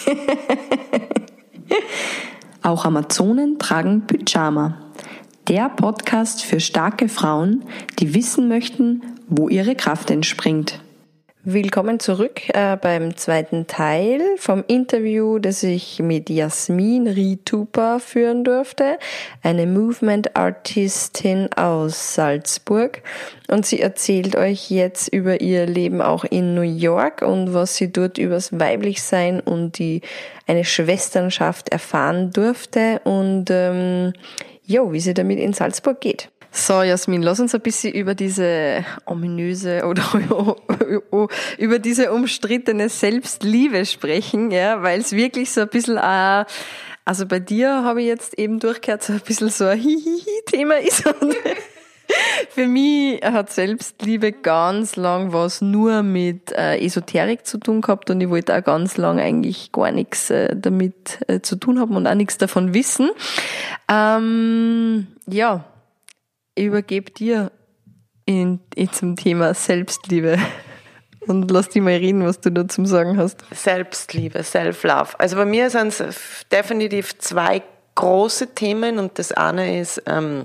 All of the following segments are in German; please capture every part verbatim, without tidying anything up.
Auch Amazonen tragen Pyjama. Der Podcast für starke Frauen, die wissen möchten, wo ihre Kraft entspringt. Willkommen zurück äh, beim zweiten Teil vom Interview, das ich mit Jasmin Rietuper führen durfte, eine Movement-Artistin aus Salzburg. Und sie erzählt euch jetzt über ihr Leben auch in New York und was sie dort übers Weiblichsein und die eine Schwesternschaft erfahren durfte und ähm, jo, wie sie damit in Salzburg geht. So, Jasmin, lass uns ein bisschen über diese ominöse oder über diese umstrittene Selbstliebe sprechen, ja, weil es wirklich so ein bisschen, äh, also bei dir habe ich jetzt eben durchgehört, so ein bisschen so ein Hihihi-Thema ist. Und für mich hat Selbstliebe ganz lang was nur mit äh, Esoterik zu tun gehabt und ich wollte auch ganz lang eigentlich gar nichts äh, damit äh, zu tun haben und auch nichts davon wissen. Ähm, ja, ich übergebe dir in, in zum Thema Selbstliebe und lass dich mal reden, was du da zum Sagen hast. Selbstliebe, Self-Love. Also bei mir sind es definitiv zwei große Themen und das eine ist ähm,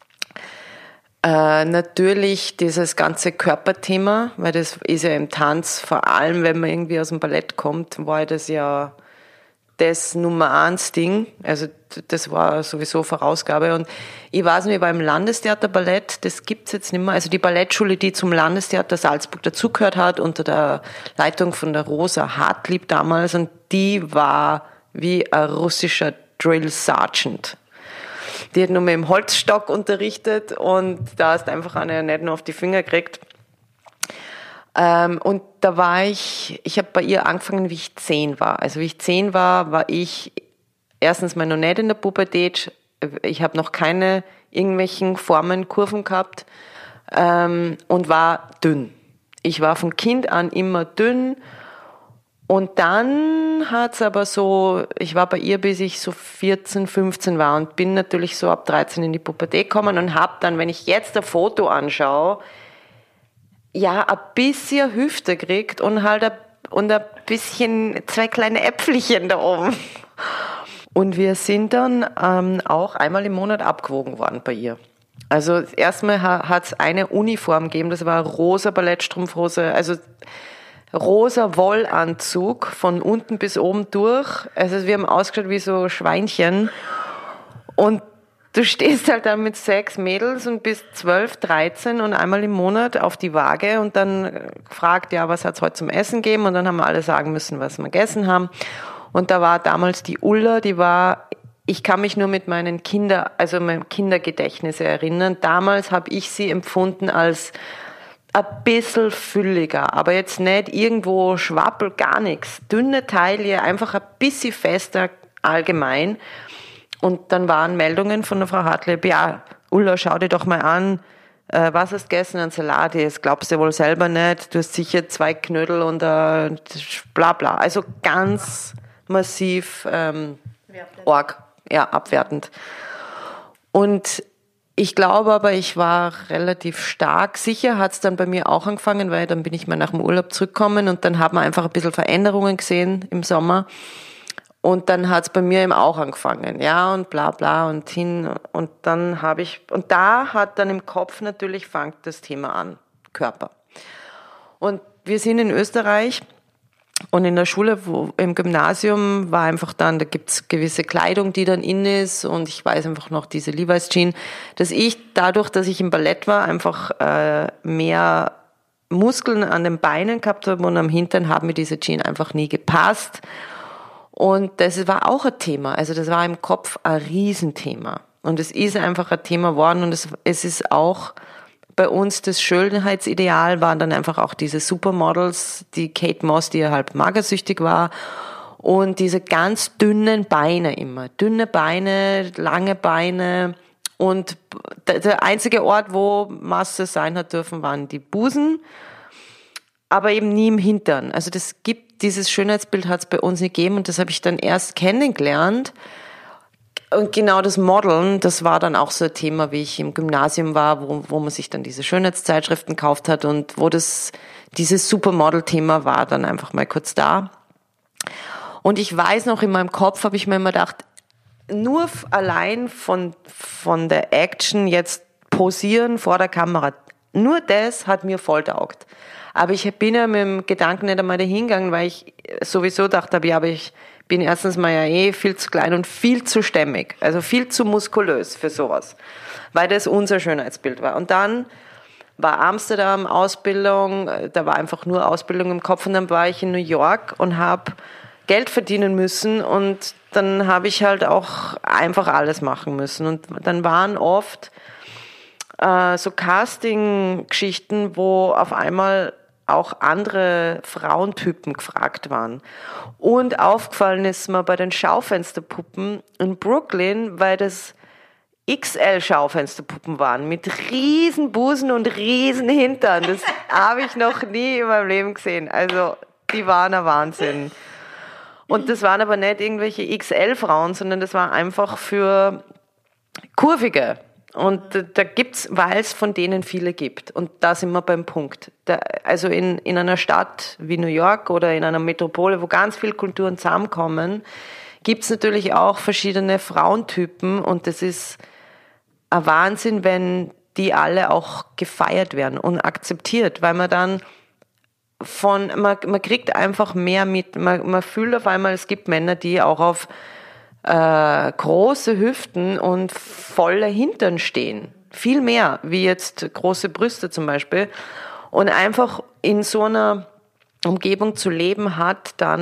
äh, natürlich dieses ganze Körperthema, weil das ist ja im Tanz, vor allem wenn man irgendwie aus dem Ballett kommt, war das ja das Nummer eins Ding, also das war sowieso Vorausgabe und ich weiß nicht, ich war im Landestheater Ballett, das gibt's jetzt nicht mehr, also die Ballettschule, die zum Landestheater Salzburg dazugehört hat, unter der Leitung von der Rosa Hartlieb damals und die war wie ein russischer Drill Sergeant. Die hat nur mit dem Holzstock unterrichtet und da hast einfach eine nicht nur auf die Finger gekriegt. Ähm, und da war ich, ich habe bei ihr angefangen, wie ich zehn war. Also wie ich zehn war, war ich erstens mal noch nicht in der Pubertät. Ich habe noch keine irgendwelchen Formen, Kurven gehabt ähm, und war dünn. Ich war von Kind an immer dünn. Und dann hat's aber so, ich war bei ihr, bis ich so vierzehn, fünfzehn war und bin natürlich so ab dreizehn in die Pubertät gekommen und habe dann, wenn ich jetzt ein Foto anschaue, ja, ein bisschen Hüfte kriegt und halt ein, und ein bisschen zwei kleine Äpfelchen da oben. Und wir sind dann ähm, auch einmal im Monat abgewogen worden bei ihr. Also erstmal hat es eine Uniform gegeben, das war rosa Ballettstrumpfhose, also rosa Wollanzug von unten bis oben durch. Also wir haben ausgeschaut wie so Schweinchen. Und du stehst halt dann mit sechs Mädels und bist zwölf, dreizehn und einmal im Monat auf die Waage und dann gefragt, ja, was hat's heute zum Essen gegeben? Und dann haben wir alle sagen müssen, was wir gegessen haben. Und da war damals die Ulla, die war, ich kann mich nur mit meinen Kinder, also meinem Kindergedächtnis erinnern. Damals habe ich sie empfunden als ein bisschen fülliger, aber jetzt nicht irgendwo Schwappel, gar nichts. Dünne Taille, einfach ein bisschen fester allgemein. Und dann waren Meldungen von der Frau Hartlieb, ja, Ulla, schau dir doch mal an, äh, was hast du gegessen? Ein Salat, das glaubst du wohl selber nicht, du hast sicher zwei Knödel und äh, bla bla. Also ganz massiv ähm, org, ja, abwertend. Und ich glaube aber, ich war relativ stark. Sicher hat es dann bei mir auch angefangen, weil dann bin ich mal nach dem Urlaub zurückgekommen und dann haben wir einfach ein bisschen Veränderungen gesehen im Sommer. Und dann hat es bei mir eben auch angefangen, ja, und bla bla und hin. Und dann habe ich, und da hat dann im Kopf natürlich fängt das Thema an, Körper. Und wir sind in Österreich und in der Schule, wo, im Gymnasium war einfach dann, da gibt's gewisse Kleidung, die dann in ist und ich weiß einfach noch diese Levi's Jeans, dass ich dadurch, dass ich im Ballett war, einfach äh, mehr Muskeln an den Beinen gehabt habe und am Hintern haben mir diese Jeans einfach nie gepasst. Und das war auch ein Thema, also das war im Kopf ein Riesenthema. Und es ist einfach ein Thema geworden und es, es ist auch bei uns das Schönheitsideal waren dann einfach auch diese Supermodels, die Kate Moss, die ja halb magersüchtig war und diese ganz dünnen Beine immer, dünne Beine, lange Beine und der einzige Ort, wo Masse sein hat dürfen, waren die Busen, aber eben nie im Hintern. Also das gibt, dieses Schönheitsbild hat es bei uns nicht gegeben und das habe ich dann erst kennengelernt. Und genau das Modeln, das war dann auch so ein Thema, wie ich im Gymnasium war, wo, wo man sich dann diese Schönheitszeitschriften gekauft hat und wo das, dieses Supermodel-Thema war dann einfach mal kurz da. Und ich weiß noch, in meinem Kopf habe ich mir immer gedacht, nur f- allein von, von der Action jetzt posieren vor der Kamera, nur das hat mir voll taugt. Aber ich bin ja mit dem Gedanken nicht einmal dahin gegangen, weil ich sowieso gedacht habe, ja, aber ich bin erstens mal ja eh viel zu klein und viel zu stämmig, also viel zu muskulös für sowas, weil das unser Schönheitsbild war. Und dann war Amsterdam Ausbildung, da war einfach nur Ausbildung im Kopf und dann war ich in New York und habe Geld verdienen müssen und dann habe ich halt auch einfach alles machen müssen. Und dann waren oft äh, so Casting-Geschichten, wo auf einmal auch andere Frauentypen gefragt waren. Und aufgefallen ist mir bei den Schaufensterpuppen in Brooklyn, weil das X L-Schaufensterpuppen waren mit riesen Busen und riesen Hintern. Das habe ich noch nie in meinem Leben gesehen. Also die waren ein Wahnsinn. Und das waren aber nicht irgendwelche X L-Frauen, sondern das war einfach für Kurvige. Und da gibt's, weil es von denen viele gibt. Und da sind wir beim Punkt. Da, also in, in einer Stadt wie New York oder in einer Metropole, wo ganz viele Kulturen zusammenkommen, gibt's natürlich auch verschiedene Frauentypen. Und das ist ein Wahnsinn, wenn die alle auch gefeiert werden und akzeptiert, weil man dann von, man, man kriegt einfach mehr mit, man, man fühlt auf einmal, es gibt Männer, die auch auf äh, große Hüften und volle Hintern stehen. Viel mehr, wie jetzt große Brüste zum Beispiel. Und einfach in so einer Umgebung zu leben, hat dann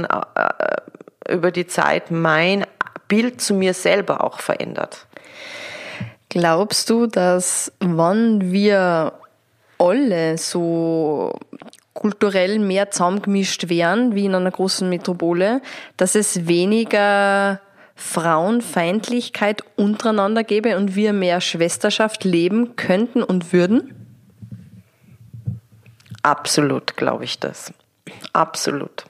äh, über die Zeit mein Bild zu mir selber auch verändert. Glaubst du, dass wenn wir alle so kulturell mehr zusammengemischt wären, wie in einer großen Metropole, dass es weniger Frauenfeindlichkeit untereinander gäbe und wir mehr Schwesterschaft leben könnten und würden? Absolut, glaube ich das. Absolut.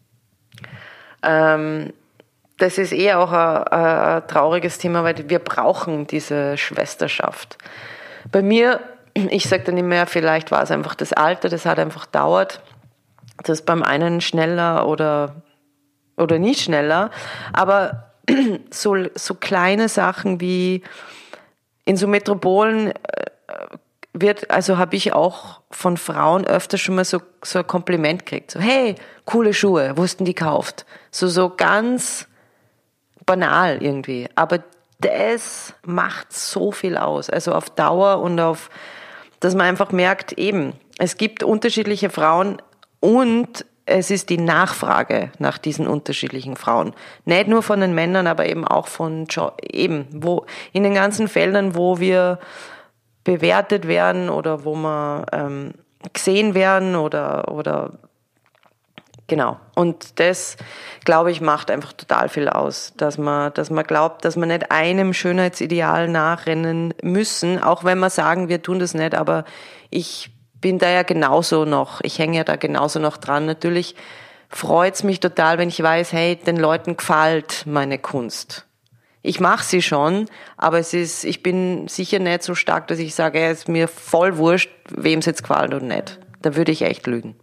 Ähm, das ist eher auch ein, ein trauriges Thema, weil wir brauchen diese Schwesterschaft. Bei mir, ich sage dann immer, vielleicht war es einfach das Alter, das hat einfach gedauert, das beim einen schneller oder, oder nicht schneller, aber so, so kleine Sachen wie in so Metropolen wird, also habe ich auch von Frauen öfter schon mal so, so ein Kompliment gekriegt, so hey, coole Schuhe, wussten die kauft, so, so ganz banal irgendwie, aber das macht so viel aus, also auf Dauer und auf, dass man einfach merkt, eben, es gibt unterschiedliche Frauen und es ist die Nachfrage nach diesen unterschiedlichen Frauen. Nicht nur von den Männern, aber eben auch von, eben, wo, in den ganzen Feldern, wo wir bewertet werden oder wo wir ähm, gesehen werden oder, oder, genau. Und das, glaube ich, macht einfach total viel aus, dass man, dass man glaubt, dass man nicht einem Schönheitsideal nachrennen müssen, auch wenn wir sagen, wir tun das nicht, aber ich bin da ja genauso noch, ich hänge ja da genauso noch dran. Natürlich freut's mich total, wenn ich weiß, hey, den Leuten gefällt meine Kunst. Ich mache sie schon, aber es ist, ich bin sicher nicht so stark, dass ich sage, es ist mir voll wurscht, wem es jetzt gefällt oder nicht. Da würde ich echt lügen.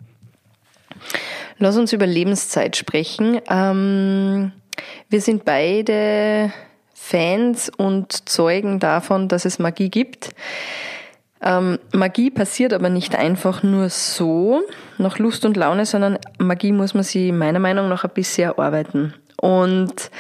Lass uns über Lebenszeit sprechen. Ähm, wir sind beide Fans und Zeugen davon, dass es Magie gibt. Ähm, Magie passiert aber nicht einfach nur so, nach Lust und Laune, sondern Magie muss man sich meiner Meinung nach ein bisschen erarbeiten. Und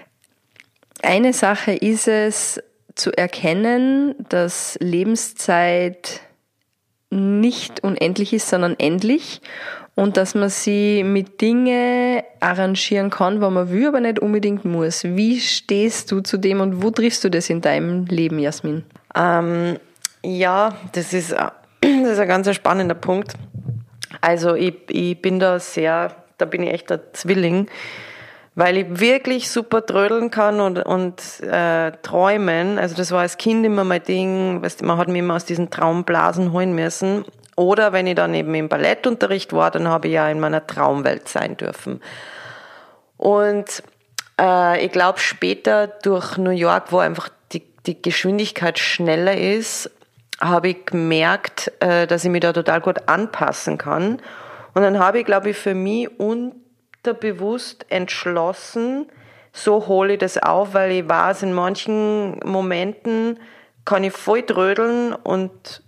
eine Sache ist es, zu erkennen, dass Lebenszeit nicht unendlich ist, sondern endlich und dass man sie mit Dingen arrangieren kann, wo man will, aber nicht unbedingt muss. Wie stehst du zu dem und wo triffst du das in deinem Leben, Jasmin? Ähm, ja, das ist, das ist ein ganz spannender Punkt. Also ich, ich bin da sehr, da bin ich echt ein Zwilling, weil ich wirklich super trödeln kann und, und äh, träumen. Also das war als Kind immer mein Ding, weißt, man hat mich immer aus diesen Traumblasen holen müssen. Oder wenn ich dann eben im Ballettunterricht war, dann habe ich ja in meiner Traumwelt sein dürfen. Und äh, ich glaube später durch New York, wo einfach die, die Geschwindigkeit schneller ist, habe ich gemerkt, äh, dass ich mich da total gut anpassen kann. Und dann habe ich, glaube ich, für mich und unterbewusst entschlossen, so hole ich das auf, weil ich weiß, in manchen Momenten kann ich voll trödeln und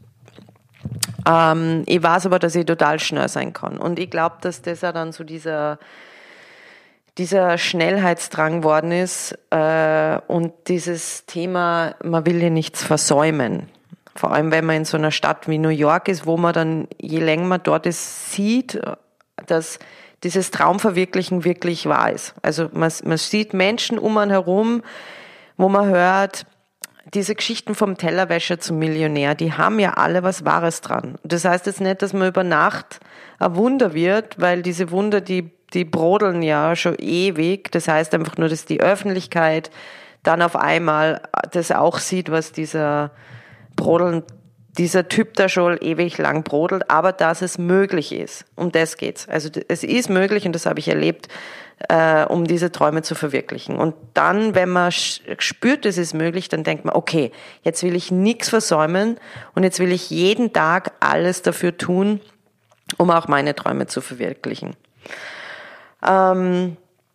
ähm, ich weiß aber, dass ich total schnell sein kann. Und ich glaube, dass das auch dann so dieser, dieser Schnellheitsdrang worden ist äh, und dieses Thema, man will ja nichts versäumen. Vor allem, wenn man in so einer Stadt wie New York ist, wo man dann, je länger man dort ist, sieht, dass dieses Traumverwirklichen wirklich wahr ist. Also man, man sieht Menschen um einen herum, wo man hört, diese Geschichten vom Tellerwäscher zum Millionär, die haben ja alle was Wahres dran. Das heißt jetzt nicht, dass man über Nacht ein Wunder wird, weil diese Wunder, die, die brodeln ja schon ewig. Das heißt einfach nur, dass die Öffentlichkeit dann auf einmal das auch sieht, was dieser brodeln, dieser Typ da schon ewig lang brodelt, aber dass es möglich ist. Um das geht's. Also es ist möglich, und das habe ich erlebt, äh, um diese Träume zu verwirklichen. Und dann, wenn man spürt, es ist möglich, dann denkt man, okay, jetzt will ich nichts versäumen und jetzt will ich jeden Tag alles dafür tun, um auch meine Träume zu verwirklichen. Ähm,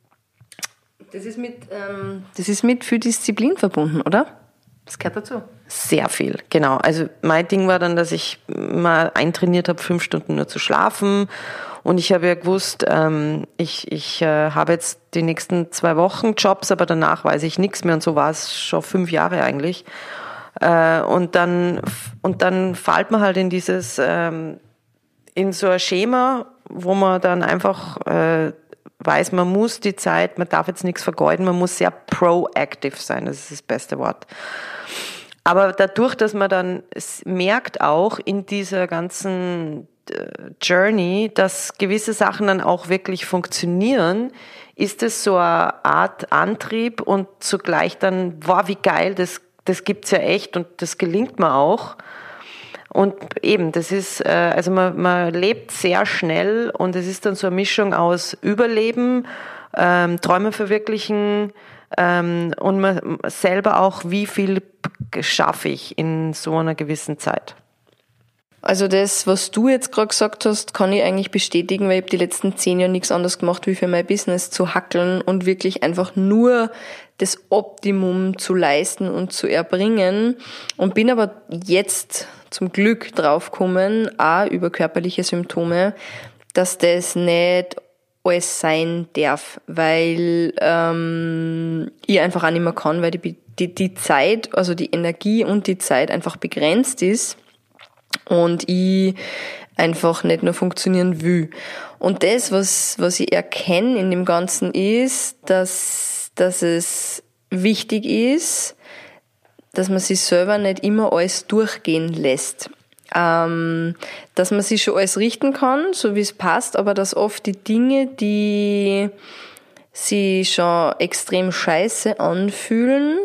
das ist mit, ähm, das ist mit viel Disziplin verbunden, oder? Das gehört dazu. Sehr viel, genau. Also mein Ding war dann, dass ich mal eintrainiert habe, fünf Stunden nur zu schlafen. Und ich habe ja gewusst, ähm, ich, ich äh, habe jetzt die nächsten zwei Wochen Jobs, aber danach weiß ich nichts mehr. Und so war es schon fünf Jahre eigentlich. Äh, und dann und dann fällt man halt in dieses, ähm, in so ein Schema, wo man dann einfach äh, weiß, man muss die Zeit, man darf jetzt nichts vergeuden, man muss sehr proactive sein, das ist das beste Wort. Aber dadurch, dass man dann merkt auch in dieser ganzen Journey, dass gewisse Sachen dann auch wirklich funktionieren, ist es so eine Art Antrieb und zugleich dann, wow, wie geil, das, das gibt's ja echt und das gelingt mir auch. Und eben, das ist, also man, man lebt sehr schnell und es ist dann so eine Mischung aus Überleben, ähm, Träume verwirklichen ähm, und man selber auch, wie viel schaffe ich in so einer gewissen Zeit. Also das, was du jetzt gerade gesagt hast, kann ich eigentlich bestätigen, weil ich habe die letzten zehn Jahre nichts anderes gemacht, wie für mein Business zu hackeln und wirklich einfach nur das Optimum zu leisten und zu erbringen. Und bin aber jetzt zum Glück draufgekommen, auch über körperliche Symptome, dass das nicht alles sein darf, weil ähm, ich einfach auch nicht mehr kann, weil die, die, die Zeit, also die Energie und die Zeit einfach begrenzt ist. Und ich einfach nicht nur funktionieren will. Und das, was, was ich erkenne in dem Ganzen ist, dass, dass es wichtig ist, dass man sich selber nicht immer alles durchgehen lässt. Ähm, dass man sich schon alles richten kann, so wie es passt, aber dass oft die Dinge, die sich schon extrem scheiße anfühlen,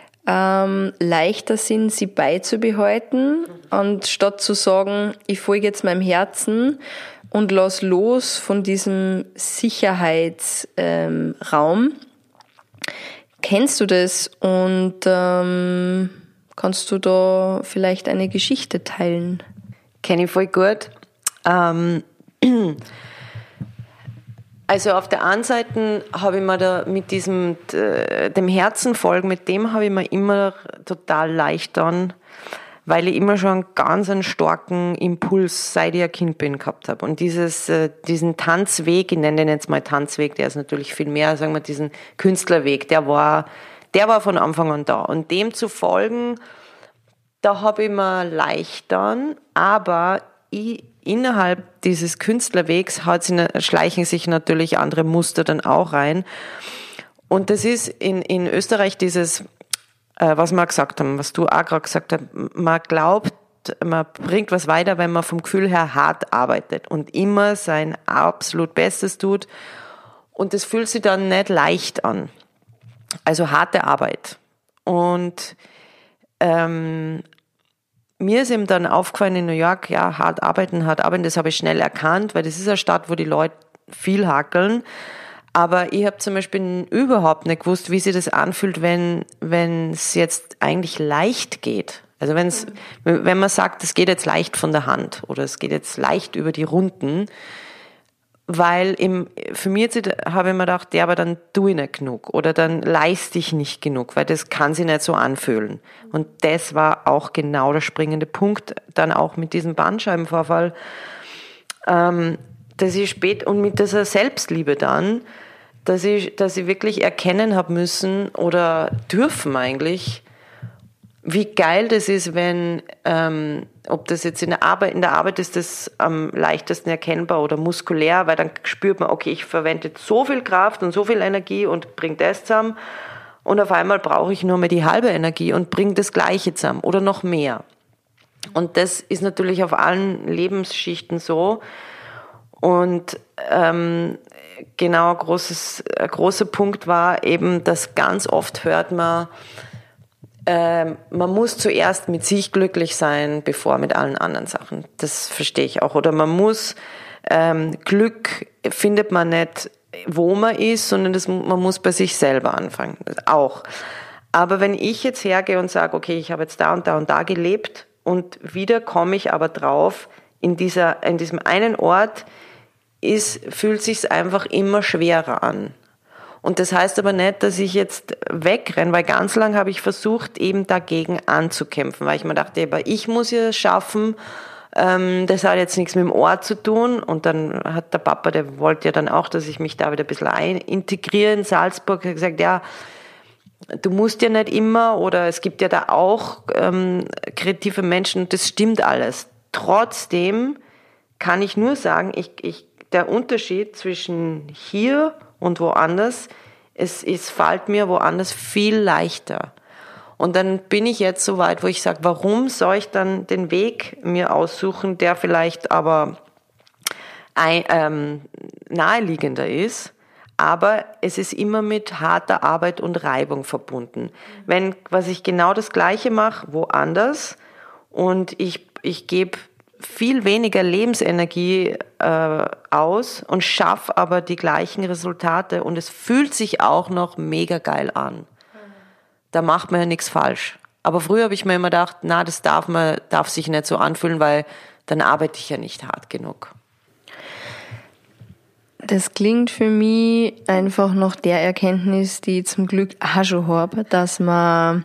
Ähm, leichter sind, sie beizubehalten, anstatt zu sagen, ich folge jetzt meinem Herzen und lass los von diesem Sicherheitsraum. Ähm, Kennst du das und ähm, kannst du da vielleicht eine Geschichte teilen? Kenne ich voll gut. Ähm, Also auf der einen Seite habe ich mir da mit diesem, dem Herzen folgen, mit dem habe ich mir immer total leicht dann, weil ich immer schon einen ganz einen starken Impuls, seit ich ein Kind bin, gehabt habe. Und dieses, diesen Tanzweg, ich nenne den jetzt mal Tanzweg, der ist natürlich viel mehr, sagen wir, diesen Künstlerweg, der war, der war von Anfang an da. Und dem zu folgen, da habe ich mir leicht dann, aber ich innerhalb dieses Künstlerwegs hat sie, schleichen sich natürlich andere Muster dann auch rein. Und das ist in, in Österreich dieses, äh, was wir gesagt haben, was du auch gerade gesagt hast, man glaubt, man bringt was weiter, wenn man vom Gefühl her hart arbeitet und immer sein absolut Bestes tut. Und das fühlt sich dann nicht leicht an. Also harte Arbeit. Und ähm, mir ist eben dann aufgefallen in New York, ja, hart arbeiten, hart arbeiten, das habe ich schnell erkannt, weil das ist eine Stadt, wo die Leute viel hackeln. Aber ich habe zum Beispiel überhaupt nicht gewusst, wie sich das anfühlt, wenn wenn es jetzt eigentlich leicht geht. Also wenn's, wenn man sagt, es geht jetzt leicht von der Hand oder es geht jetzt leicht über die Runden, weil im, für mich habe ich mir gedacht, ja, aber dann tue ich nicht genug oder dann leiste ich nicht genug, weil das kann sich nicht so anfühlen. Und das war auch genau der springende Punkt, dann auch mit diesem Bandscheibenvorfall, ähm, dass ich spät und mit dieser Selbstliebe dann, dass ich, dass ich wirklich erkennen habe müssen oder dürfen eigentlich, wie geil das ist, wenn, ähm, ob das jetzt in der Arbeit, in der Arbeit ist das am leichtesten erkennbar oder muskulär, weil dann spürt man, okay, ich verwende jetzt so viel Kraft und so viel Energie und bringe das zusammen und auf einmal brauche ich nur mehr die halbe Energie und bringe das Gleiche zusammen oder noch mehr. Und das ist natürlich auf allen Lebensschichten so und ähm, genau ein, großes, ein großer Punkt war eben, dass ganz oft hört man, Ähm, man muss zuerst mit sich glücklich sein, bevor mit allen anderen Sachen. Das verstehe ich auch. Oder man muss, ähm, Glück findet man nicht, wo man ist, sondern das, man muss bei sich selber anfangen. Auch. Aber wenn ich jetzt hergehe und sage, okay, ich habe jetzt da und da und da gelebt und wieder komme ich aber drauf, in dieser, in diesem einen Ort ist, fühlt sich's einfach immer schwerer an. Und das heißt aber nicht, dass ich jetzt wegrenne, weil ganz lang habe ich versucht, eben dagegen anzukämpfen, weil ich mir dachte, aber ich muss ja es schaffen, ähm, das hat jetzt nichts mit dem Ort zu tun. Und dann hat der Papa, der wollte ja dann auch, dass ich mich da wieder ein bisschen ein integriere in Salzburg, hat gesagt, ja, du musst ja nicht immer, oder es gibt ja da auch ähm, kreative Menschen, das stimmt alles. Trotzdem kann ich nur sagen, ich, ich, der Unterschied zwischen hier und woanders, es, es fällt mir woanders viel leichter. Und dann bin ich jetzt so weit, wo ich sage, warum soll ich dann den Weg mir aussuchen, der vielleicht aber ein, ähm, naheliegender ist, aber es ist immer mit harter Arbeit und Reibung verbunden. Wenn, was ich genau das Gleiche mache, woanders, und ich, ich gebe viel weniger Lebensenergie äh, aus und schaffe aber die gleichen Resultate und es fühlt sich auch noch mega geil an. Da macht man ja nichts falsch. Aber früher habe ich mir immer gedacht, na, das darf man, darf sich nicht so anfühlen, weil dann arbeite ich ja nicht hart genug. Das klingt für mich einfach nach der Erkenntnis, die ich zum Glück auch schon habe, dass man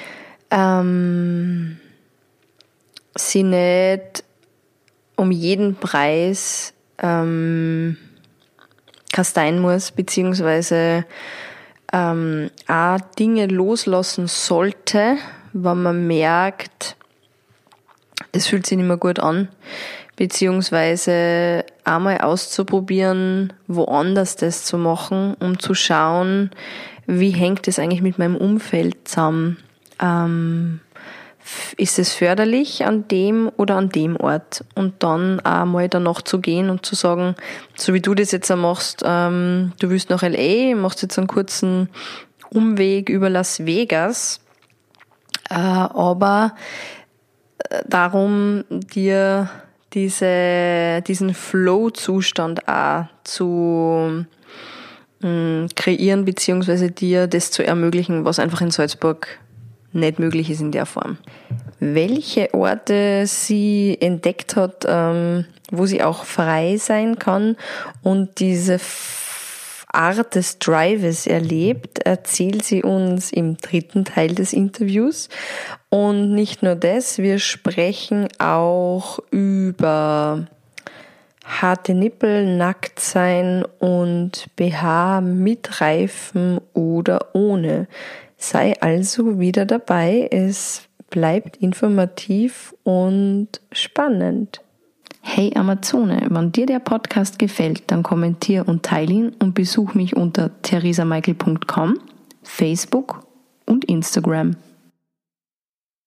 ähm, sie nicht um jeden Preis ähm, kasteien muss, beziehungsweise ähm, auch Dinge loslassen sollte, wenn man merkt, es fühlt sich nicht mehr gut an, beziehungsweise einmal auszuprobieren, woanders das zu machen, um zu schauen, wie hängt es eigentlich mit meinem Umfeld zusammen. Ähm, ist es förderlich an dem oder an dem Ort? Und dann auch mal danach zu gehen und zu sagen, so wie du das jetzt auch machst, ähm, du willst nach L A, machst jetzt einen kurzen Umweg über Las Vegas, äh, aber darum, dir diese, diesen Flow-Zustand auch zu mh, kreieren, beziehungsweise dir das zu ermöglichen, was einfach in Salzburg nicht möglich ist in der Form. Welche Orte sie entdeckt hat, ähm, wo sie auch frei sein kann und diese Art des Drives erlebt, erzählt sie uns im dritten Teil des Interviews. Und nicht nur das, wir sprechen auch über harte Nippel, nackt sein und B H mit Reifen oder ohne. Sei also wieder dabei, es bleibt informativ und spannend. Hey Amazone, wenn dir der Podcast gefällt, dann kommentier und teile ihn und besuch mich unter theresa michael punkt com, Facebook und Instagram.